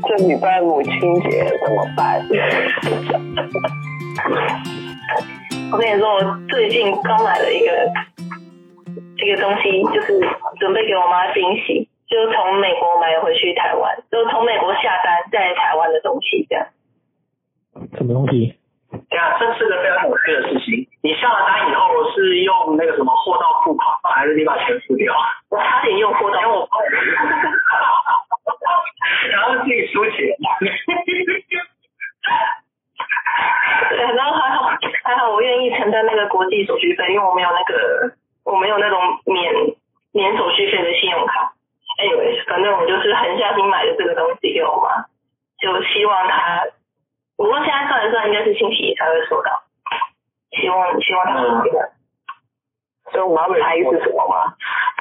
这礼拜母亲节怎么办？ 我跟你说，我最近刚买了一个东西，就是准备给我妈惊喜，就是从美国买回去台湾，就是从美国下单在台湾的东西，这样。 什么东西？ 对啊，这是个非常有趣的事情。你下了单以后是用那个什么货到付款吗？还是你把钱付掉？ 我差点用货到付款， 然后自己输钱。 对，然后还好，我愿意承担那个国际手续费，因为我没有那种免手续费的信用卡。Anyways， 反正我就是狠下心买的这个东西给我妈，就希望她，不过现在算应该是星期一才会收到，希望她会的。 所以我妈的猜是什么吗？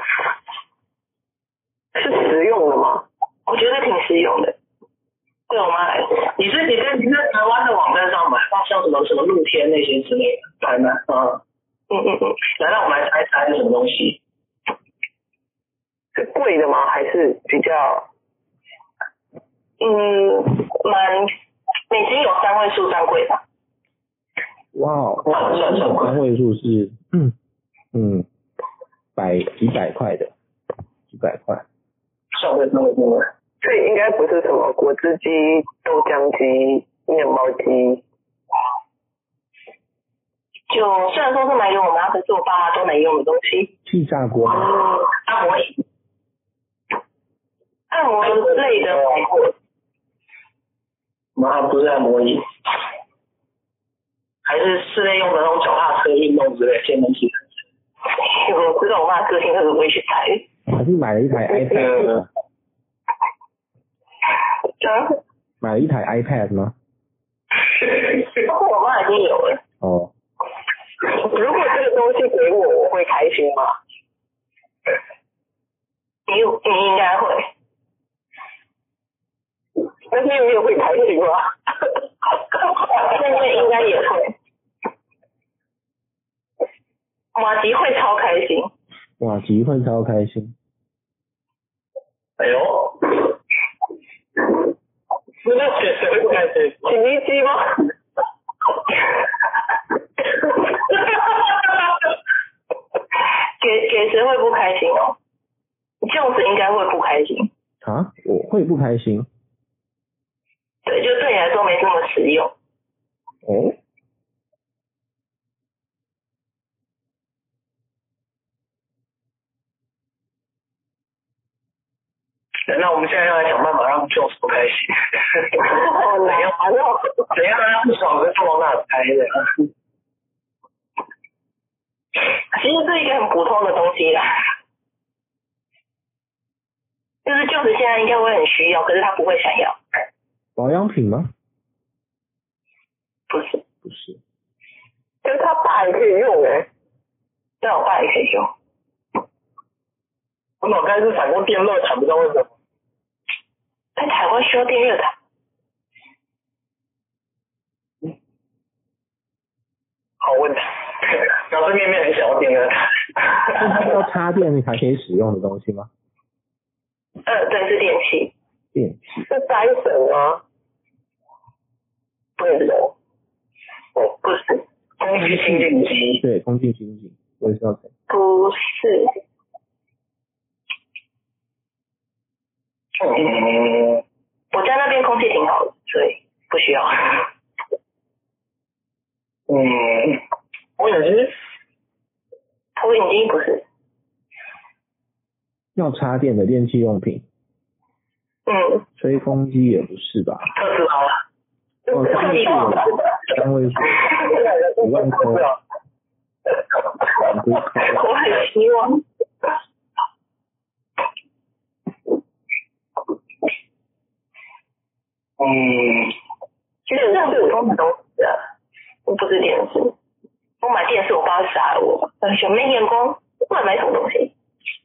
是实用的吗？ 我觉得挺实用的，对我妈来说。 你在台湾的网站上买，像什么露天那些之类的，买吗？来，让我们来猜猜是什么东西？ 是贵的吗？还是比较？ 美金有3位数算贵吧？ 哇，3位数是几百块的，几百块。 算贵。 这应该不是什么果汁机、豆浆机、面包机。 就虽然说是买给我妈，可是我爸妈都没用的东西。 气炸锅吗？ 按摩类的买过。 妈不是按摩椅，还是室内用的那种脚踏车运动之类的健身器材。 我知道我妈个性，她不会去踩。 还是买了一台 iPad 买了一台 iPad 吗？ 我妈已经有了。 哦。 如果这个东西给我会开心吗？ 你应该会。 那面面会开心吗？ 面面应该也会。马吉会超开心。 马吉会超开心。 哎呦，那谁会不开心？ 洗衣机吗？ 给谁会不开心哦？就是应该会不开心。 啊？我会不开心？ 对，就对你来说没这么实用。 哦。 那我们现在要来想办法让 Jones 不开心。 好难哦。 怎样让不爽是从哪猜的？ 其实是一个很普通的东西啦，就是现在应该会很需要，可是他不会想要。 保养品吗？ 不是。 但是他爸也可以用对，我爸也可以用。 我脑袋是闪过电热毯，不知道为什么。 在台湾需要电热毯？ 好问题。表示面面很想要电热毯。 是要插电才可以使用的东西吗？ 对，是电器。 是Dyson吗？ 不是。不是。 空气清净机。 对，空气清净，我也是要。 不是。我家那边空气挺好的，所以不需要。 投影机？ 投影机不是。 要插电的电器用品。吹风机也不是吧？ 特斯拉。 3位数，5万块。 我很希望。其实很普通的东西啊，不是电视。我买电视，我爸杀了我，小妹眼光，乱买什么东西？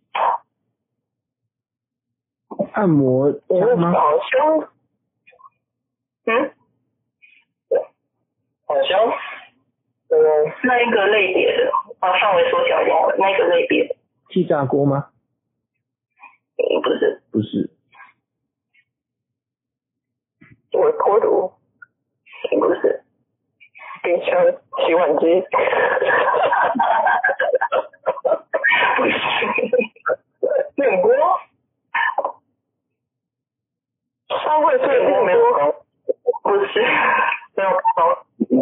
按摩枪吗？ 好香。 好香。 那一个类别的，范围缩小一点，那个类别的。 气炸锅吗？ 不是。 不是。 微波炉，不是，冰箱、洗碗机， 不是，电锅， 烧会碎锅没有高， 不是， 没有高，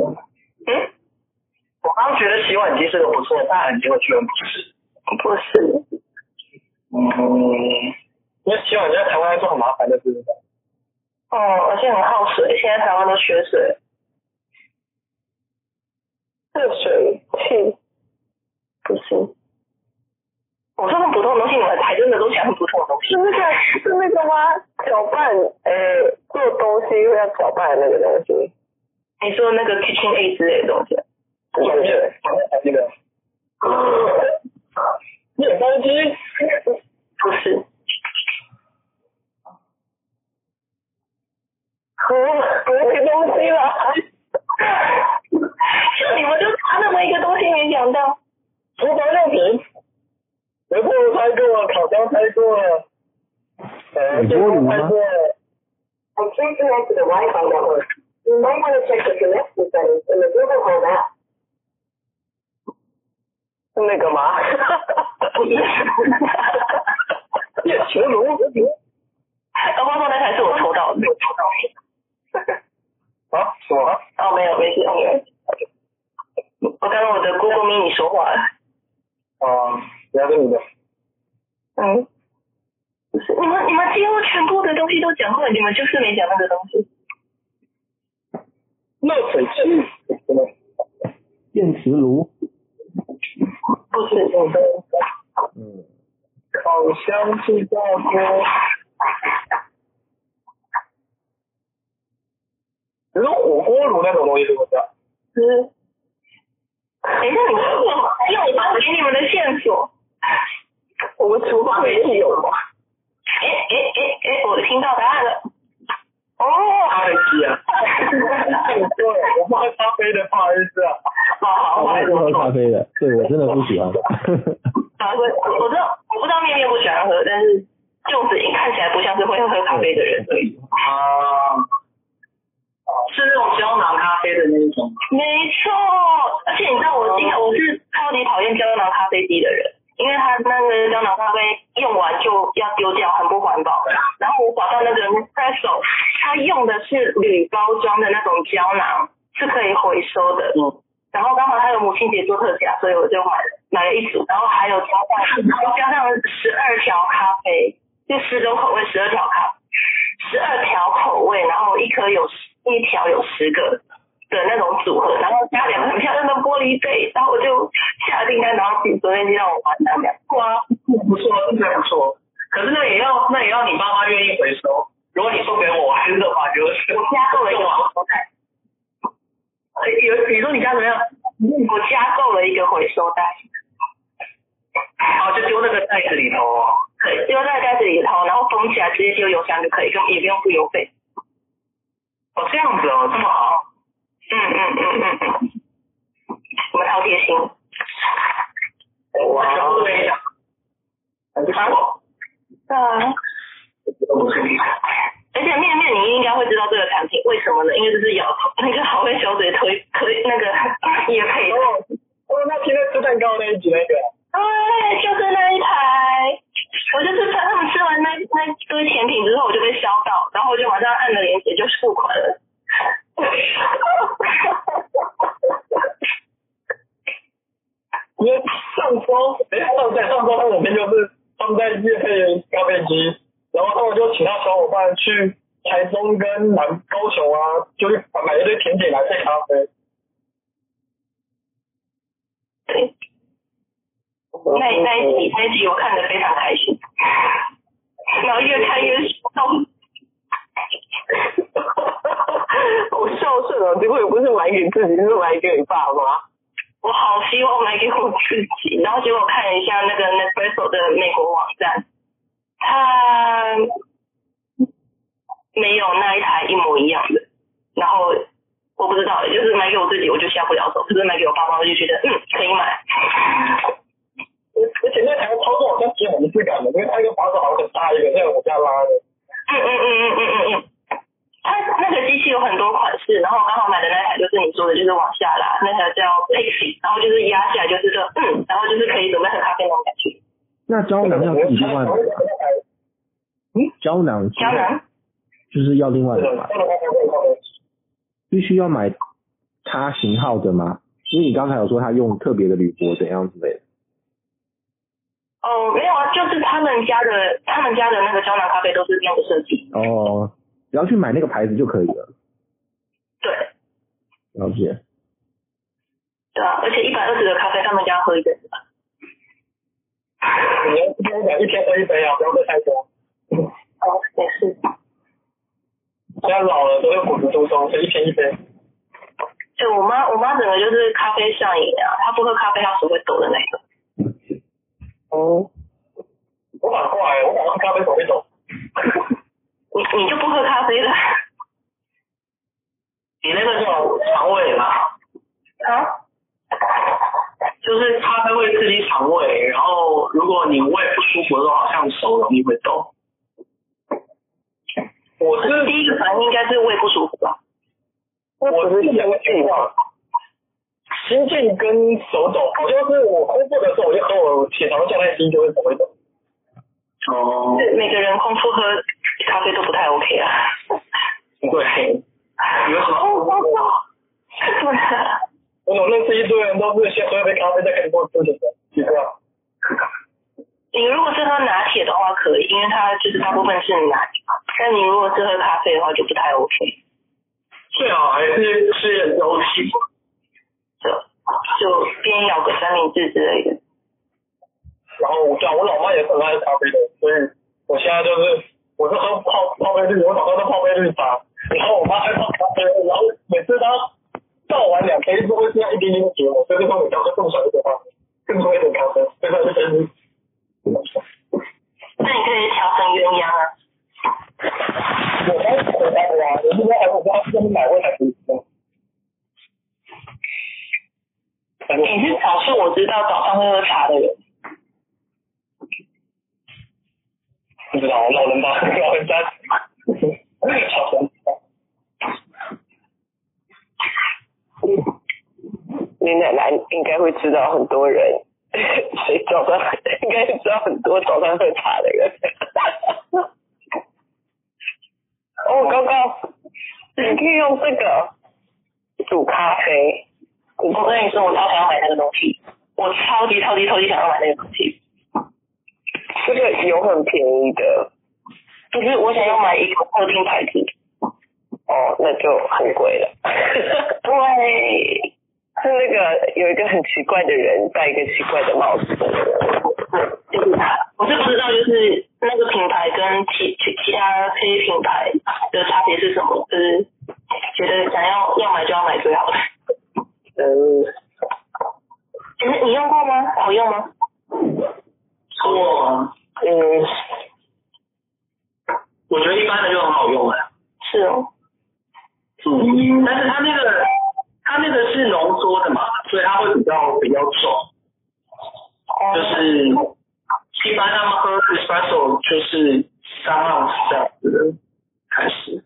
我刚刚觉得洗碗机是个不错的答案，结果居然不是， 不是， 因为洗碗机在台湾来说很麻烦的，是不是？ 而且很耗水，现在台湾都缺水。 热水器， 不是。我说很普通的东西，你们还真的都想很普通的东西。 是那个吗？搅拌，做东西会要搅拌的那个东西。 你说那个 KitchenAid 之类的东西？ 对。 那个。面包机？ 不是。 没东西了。 就你们就差那么一个东西没讲到。 厨房用品。微波炉猜过了，烤箱猜过了，电锅猜过了。 I can't connect to the Wi-Fi network. You might want to check the connection settings in the Google Home app. 是那个吗？ 不是。 电磁炉。 光说那才是我抽到的。 啊？什么？ 哦，没有，没事。我刚刚我的 Google Mini 说话了。 原来是你的。 不是，你们几乎全部的东西都讲过，你们就是没讲那个东西。 热水器。 电磁炉。 不是。 烤箱、气炸锅。你说火锅炉那种东西是不是？ 等一下，你把我给你们的线索。 我们厨房也有吗？ 我听到答案了。 咖啡机啊！对，我不喝咖啡的，不好意思啊。 好， 我不喝咖啡的，对我真的不喜欢。 我不知道面面不喜欢喝，但是就是看起来不像是会喝咖啡的人而已。 是那种胶囊咖啡的那一种。 没错，而且你知道我是超级讨厌胶囊咖啡机的人，因为它那个胶囊咖啡用完就要丢掉，很不环保。然后我找到那个 Nespresso， 它用的是铝包装的那种胶囊，是可以回收的。然后刚好它有母亲节做特价，所以我就买了一组，然后还有加上12条咖啡，就10种口味，12条口味，然后一条有10个的那种组合，然后加2个很漂亮的玻璃杯，然后我就下订单，然后请昨天就让我玩那2个。 哇，不错，真的不错。可是那也要你爸妈愿意回收。如果你送给我还是的话，就是我加购了一个回收袋。 你说你家怎么样？ 我加购了一个回收袋。 就丢那个袋子里头哦。 对，丢在袋子里头，然后封起来，直接丢邮箱就可以，也不用付邮费。 这样子哦，这么好。 我们超贴心。 哇，全部都一样。还不错。 而且面你应该会知道这个产品，为什么呢？因为这是那个好味小嘴推那个业配的。 那天在吃蛋糕那一集那个。 对，就是那一台。我就是他们吃完那堆甜品之后，我就被烧到，然后我就马上按了链接就付款了。 因为上周他们片就是他们在业配咖啡机，然后他们就请他小伙伴去台中跟高雄啊，就是买一堆甜点来配咖啡。 对。那一集我看得非常开心，然后越看越心动。 好孝顺哦，结果也不是买给自己，是买给你爸妈。 我好希望买给我自己，然后结果看了一下那个 Nespresso 的美国网站，它没有那一台一模一样的，然后我不知道，就是买给我自己我就下不了手，可是买给我爸妈我就觉得可以买。 而且那台操作好像挺有仪式感的，因为它一个把手好像很大一个，像我家拉的。 它那个机说的，就是往下拉，那条叫 pixie， 然后就是压下来，就是说然后就是可以准备喝咖啡那种感觉。 那胶囊要自己另外买吗？胶囊就是要另外买吗？必须要买它型号的吗？因为你刚才有说他用特别的铝箔怎样之类的。 哦，没有啊，就是他们家的那个胶囊咖啡都是这样的设计。 哦，只要去买那个牌子就可以了。 对。 了解。 对啊，而且120的咖啡他们家喝一阵子吧。 你要跟我讲一天喝一杯啊，不要喝太多。 哦，也是。 现在老了都会骨质疏松，所以一天一杯。 对，我妈整个就是咖啡上瘾啊，她不喝咖啡她手会抖的那个。 哦，我反过来，我晚上咖啡手会抖。 你就不喝咖啡了？ 你那个叫肠胃嘛？ 啊？ 就是咖啡会刺激肠胃，然后如果你胃不舒服的时候，好像手容易会抖。 我是第一个反应应该是胃不舒服吧？ 我是两个情况，心悸跟手抖，好像是我空腹的时候，我就喝我血糖降太低就会手会抖。 哦。 每个人空腹喝咖啡都不太 OK 啊。 对。有什么？ 对啊。 我认识一堆人都是先喝一杯咖啡再开始做事情的，奇怪。 你如果是喝拿铁的话可以，因为它就是大部分是拿铁，但你如果是喝咖啡的话就不太 OK。 最好还是吃柔体， 就边咬个三明治之类的。 然后我老妈也是很爱咖啡的，所以我现在我是喝泡杯绿，我早上都泡杯绿茶，然后我妈爱泡咖啡，然后每次她倒完2杯都会这样一点点给我，所以就说我倒更少一点咖啡，更多一点咖啡，所以她就杯绿。 那你可以调成鸳鸯啊。 我刚回答的啊，我不知道我不知道是买过才可以喝。 你是少数我知道早上会喝茶的人。 不知道，老人吧，老人家。好神。 你奶奶应该会知道很多人，谁早上应该知道很多早上喝茶的人。哦，刚刚你可以用这个煮咖啡。 我跟你说，我超想要买那个东西，我超级想要买那个东西。 这个有很便宜的， 可是我想要买一个特定牌子。 哦，那就很贵了。 对， 是那个有一个很奇怪的人戴一个奇怪的帽子的人。 就是他，我是不知道就是那个品牌跟其他非品牌的差别是什么，就是觉得想要买就要买最好的。你用过吗？好用吗？ 我觉得一般的就很好用了。 是哦。 但是它那个是浓缩的嘛，所以它会比较重。就是一般他们喝 espresso 就是3盎司这样子的开始。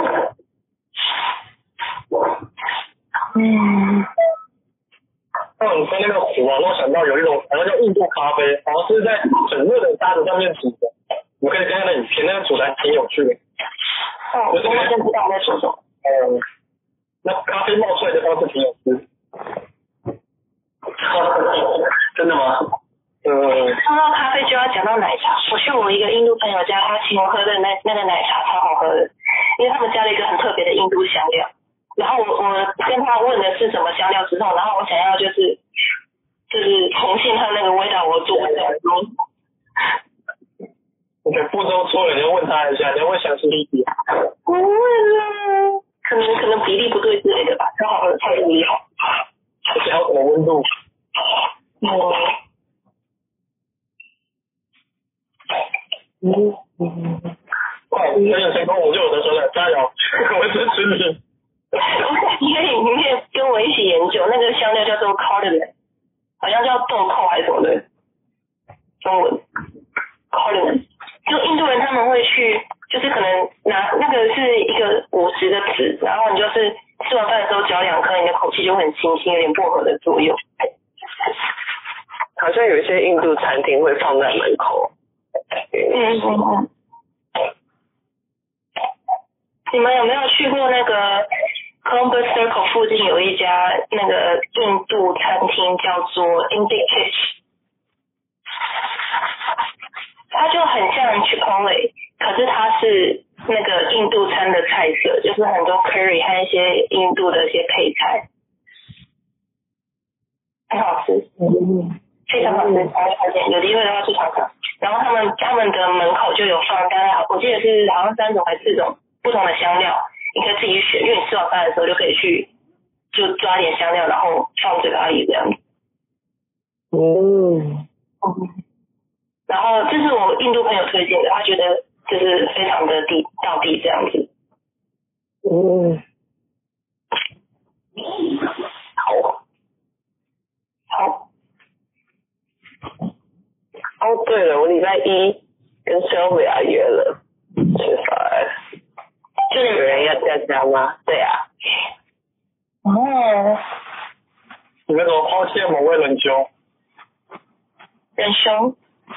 那你说那个壶啊，我想到有一种好像叫印度咖啡，好像是在很热的沙子上面煮的。你可以看那影片，那个煮的还挺有趣的。 我完全不知道在说什么。 那咖啡冒出来的方式挺有趣。 真的吗？ 说到咖啡就要讲到奶茶。我去我一个印度朋友家，他请我喝的那个奶茶超好喝的，因为他们加了一个很特别的印度香料。然后我跟他问的是什么香料之后，然后我想要就是重现他那个味道，我做不了。 我觉得步骤错了，你要问他一下，你要问详细一点。 不会啦，可能比例不对之类的吧，刚好太无聊。 而且还有什么温度？快，很有成功，我就有得说了，加油，我支持你。 你可以跟我一起研究，那个香料叫做 cardamom， 好像叫豆蔻还是什么的，中文 cardamom。就印度人他们会去，就是可能拿那个是一个50的纸，然后你就是吃完饭的时候嚼2颗，你的口气西就很清新，有点薄荷的作用。 好像有一些印度餐厅会放在门口。 你们有没有去过那个 Columbus Circle 附近有一家那个印度餐厅叫做 Indic Kitchen？ 它就很像 Chipotle， 可是它是那个印度餐的菜色，就是很多 curry 和一些印度的一些配菜，很好吃，非常好吃，有机会的话去尝尝。然后他们的门口就有放大概我记得是好像3种还是4种不同的香料，你可以自己选，因为你吃晚饭的时候就可以去就抓点香料，然后放这个而已这样子。然后这是我印度朋友推荐的，他觉得就是非常的道地这样子。好。 哦，对了，我礼拜一跟 Sylvia 约了吃饭。就有人要加加吗？对啊。 你们怎么抛弃某位仁兄？ 仁兄。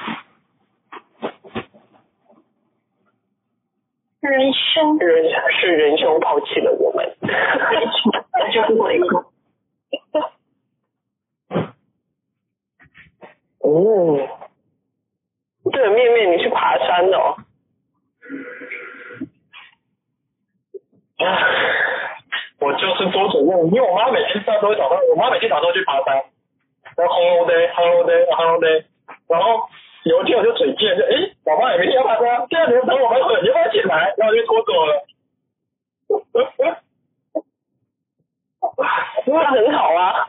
是仁兄抛弃了我们。 那就是回应。 对，面面你去爬山哦。 我就是多准用，因为我妈每天早上都会我妈每天早上去爬山，然后 holiday， 然后有一天我就嘴贱，我妈也没天要爬山，第二天等我们回，你要不要起来？然后就拖走了。 那很好啊。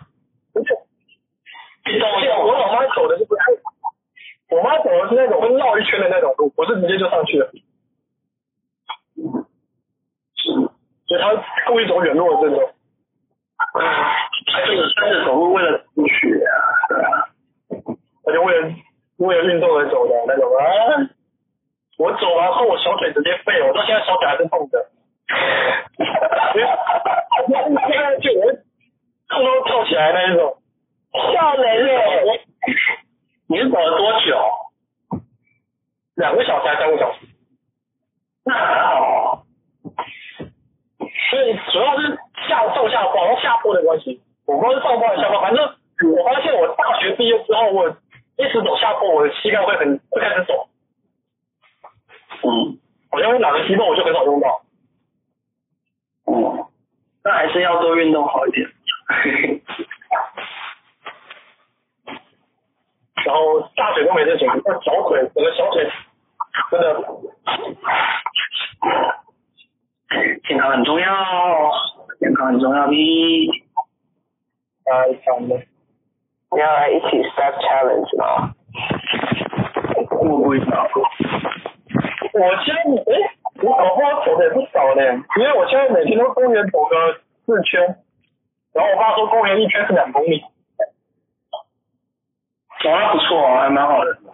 我老妈走的是不太，我妈走的是那种会绕一圈的那种路，我是直接就上去了。所以他故意走远路的这种。 这个穿着走路为了出血啊，对啊。 而且为了运动而走的那种啊。我走完后我小腿直接废了，我到现在小腿还是痛的。就我痛都跳起来那一种。 笑人耶！ 你是走了多久 ？2个小时还3个小时？ 那还好。 所以主要是上下坡，然后下坡的关系，我不知道是上坡还是下坡，反正我发现我大学毕业之后，我一直走下坡，我的膝盖会开始抖。好像哪个肌肉我就很少用到。 那还是要多运动好一点。 然后大腿都没事情，但小腿，我的小腿真的。 健康很重要，健康很重要的。 讲的。 你要来一起 step challenge 吗？ 我不会打。 我现在我搞不好走的也不少呢，因为我现在每天都公园走个4圈，然后我爸说公园1圈是2公里。 那不错啊，还蛮好的。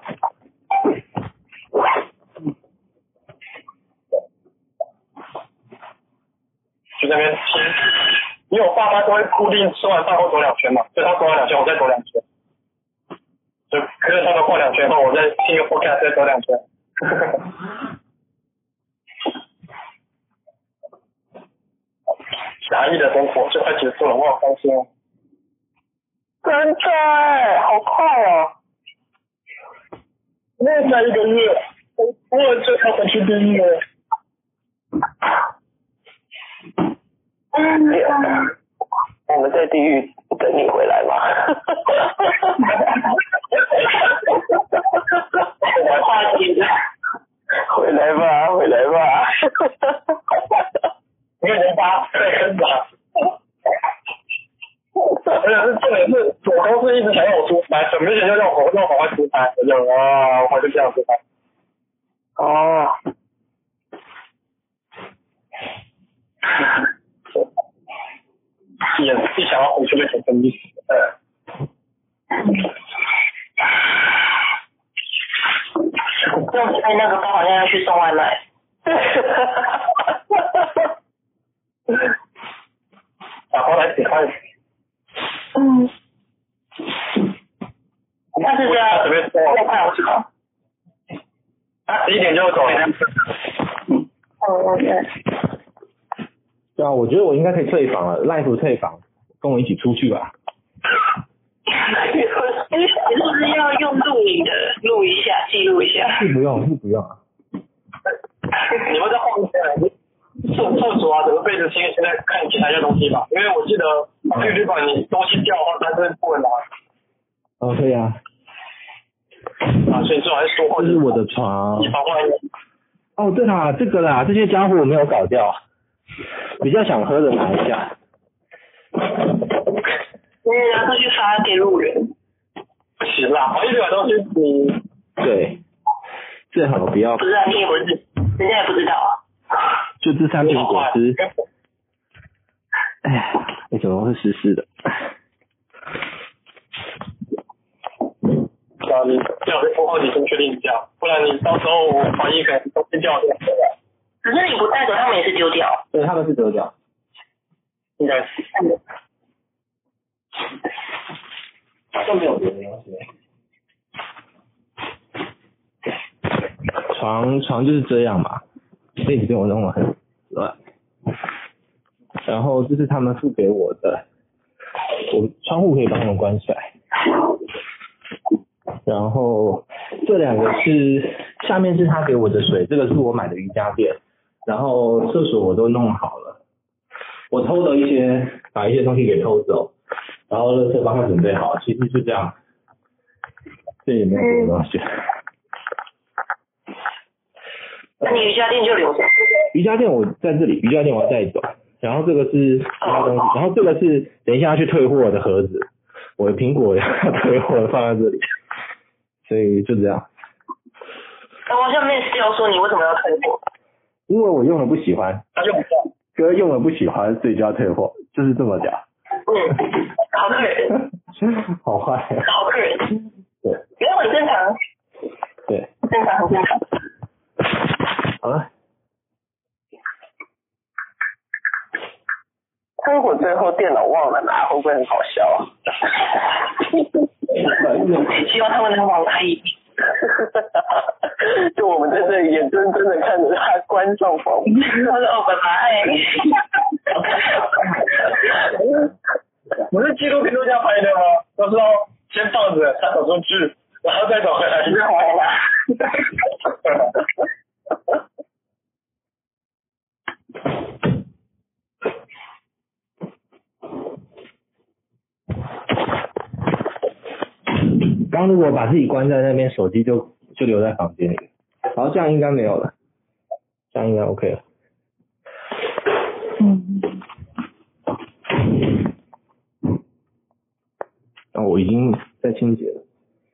去那边吃，因为我爸妈都会固定吃完饭后走2圈嘛，所以他走完2圈，我再走2圈，就跟着他们逛2圈后，我再听个 podcast 再走2圈。侠义的生活就快结束了，我好开心哦！ 真的，好快哦！ 那才1个月，我就要回去毕业了。 我们在地狱等你回来吗？ 话题的。 回来吧，回来吧。 因为人家在跟着。而且是重点是，我公司一直想让我出差，很明显就让我赶快出差，我就我就这样出差。一想要回去就很生气。 用那个刚好像要去送外卖。 打包来点饭。 但是在5块50块。 他11点就走了。 对啊，我觉得我应该可以退房了，Life 退房，跟我一起出去吧。 你是不是要用录影的录一下，记录一下？ 是不用啊。 你们在后面厕所啊，整个被子现在看检查一下东西吧，因为我记得旅馆你东西掉的话，它是不能拿。 哦，可以啊。 所以最好还是说话。 这是我的床。 以防万一。 哦，对啦，这个啦，这些家伙我没有搞掉，比较想喝的拿一下。 你拿出去发给路人。 不行啦，防疫旅馆东西你。 对。最好不要。 不是啊，你也不是，人家也不知道啊。 就这3瓶果汁。哎呀，为什么会湿湿的？ 你最好在4号几先确定一下，不然你到时候防疫可能东西掉掉。 可是你不带走，他们也是丢掉。 对，他们是丢掉。 应该是。 都没有别的东西。床就是这样嘛，被子被我弄得很乱。然后这是他们付给我的，我窗户可以帮他们关起来。然后这2个是下面是他给我的水，这个是我买的瑜伽垫。然后厕所我都弄好了，我偷了把一些东西给偷走，然后垃圾帮他准备好，其实就这样，这也没有什么东西。 那你瑜伽垫就留着。 瑜伽垫我在这里，瑜伽垫我要带走。然后这个是其他东西，然后这个是等一下要去退货的盒子，我的苹果要退货放在这里，所以就这样。 我好像没有说你为什么要退货。 因为我用了不喜欢， 他用不到， 哥用了不喜欢，所以就要退货，就是这么讲。 好客人。 好坏。 好客人。 对。 没有很正常。 对。 正常，很正常。 好了。 如果最后电脑忘了拿，会不会很好笑啊？ 希望他们能往来一点。 就我们在这里眼睁睁的看着他关上房门。 他说：“哦，拜拜。” 不是纪录片都这样拍的吗？都是要先放着，他走出去，然后再走回来，再回来。 刚如果把自己关在那边，手机就留在房间里。好，这样应该没有了，这样应该 OK 了。那我已经在清洁了。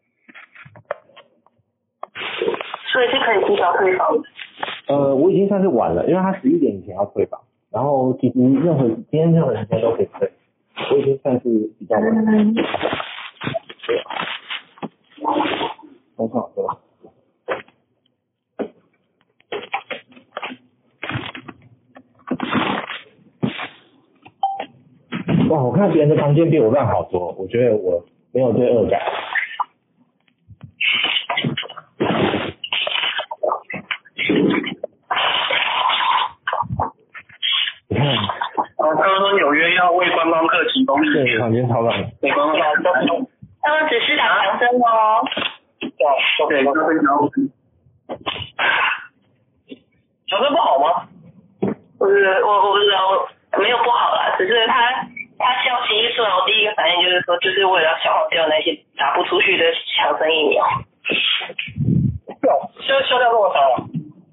所以是可以提早退房的。 我已经算是晚了，因为他11点以前要退房，然后其实今天任何时间都可以退，我已经算是比较晚了。对啊。很好，对吧？哇，我看别人的房间比我乱好多，我觉得我没有罪恶感。你看， 他们说纽约要为观光客提供一对，房间超乱的。 给观光客他们只是打强针哦。 对，那非常 OK。 小声不好吗？ 不是，我不知道，没有不好啦，只是他消息一出来，我第一个反应就是说，就是为了消耗掉那些打不出去的强生疫苗。 现在销量这么少啊？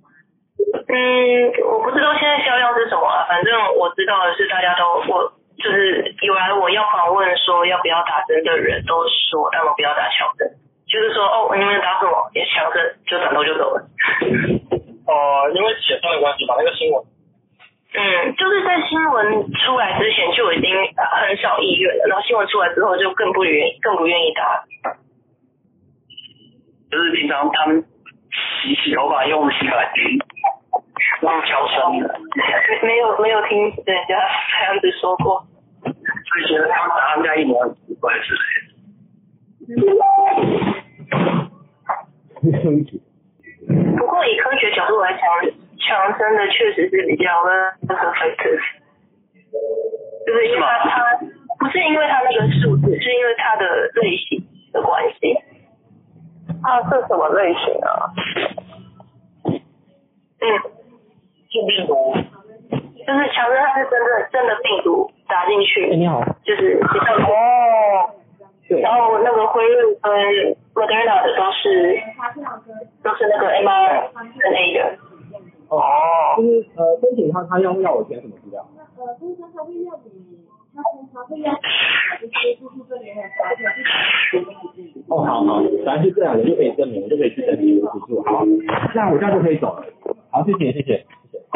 我不知道现在销量是什么啊，反正我知道的是大家都就是有来我要访问说要不要打针的人都说他们不要打强针，就是说你们打什么也强针，就转头就走了。 因为解散的关系吧，那个新闻。 就是在新闻出来之前就已经很少意愿了，然后新闻出来之后就更不愿意打。 就是平常他们洗头发用洗发精，用调声的。 没有听人家这样子说过。 所以觉得他们打他们家疫苗怪之类的。 不过以科学角度来讲，强生的确实是比较那个 factors， 就是因为它不是因为它那个数字，是因为它的类型的关系。 它是什么类型啊？ 是病毒。 就是强生它是真的病毒打进去。 你好。 就是对。 然后那个辉瑞跟 Moderna 的都是那个 mRNA 的。 就是申请他要我填什么资料？ 通常他会要你，他通常会要你就是住宿证明和查证。 好，反正是这两个就可以证明，我就可以去登记我住宿。好，那我这样就可以走了。好，谢谢。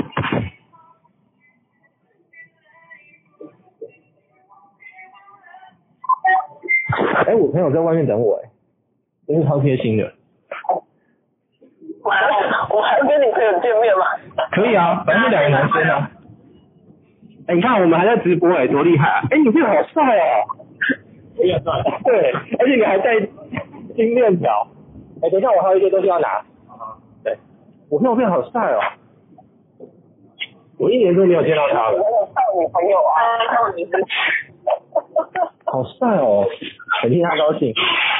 我朋友在外面等我，真是超贴心的。 我还跟你朋友见面吗？ 可以啊，反正是两个男生啊。你看我们还在直播多厉害啊！你这个好帅哦。 我也帅。 对，而且你还带金链条。等一下我还有一些东西要拿。对，我朋友变好帅哦。我1年都没有见到他了。 我有少女朋友啊。 好帅哦，很替他高兴。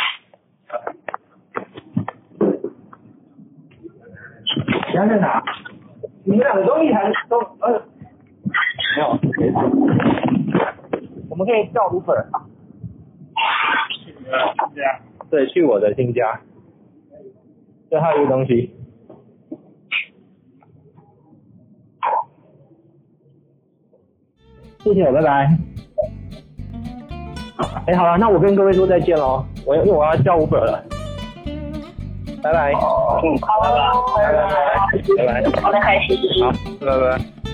你要在哪？你们两个东西还都没有，我们可以叫 Uber。对，去我的新家。这还有一个东西。谢谢，拜拜。好了，那我跟各位说再见喽，因为我要叫 Uber 了。拜拜。 好，拜拜。 拜拜。 好的，开心。 好，拜拜。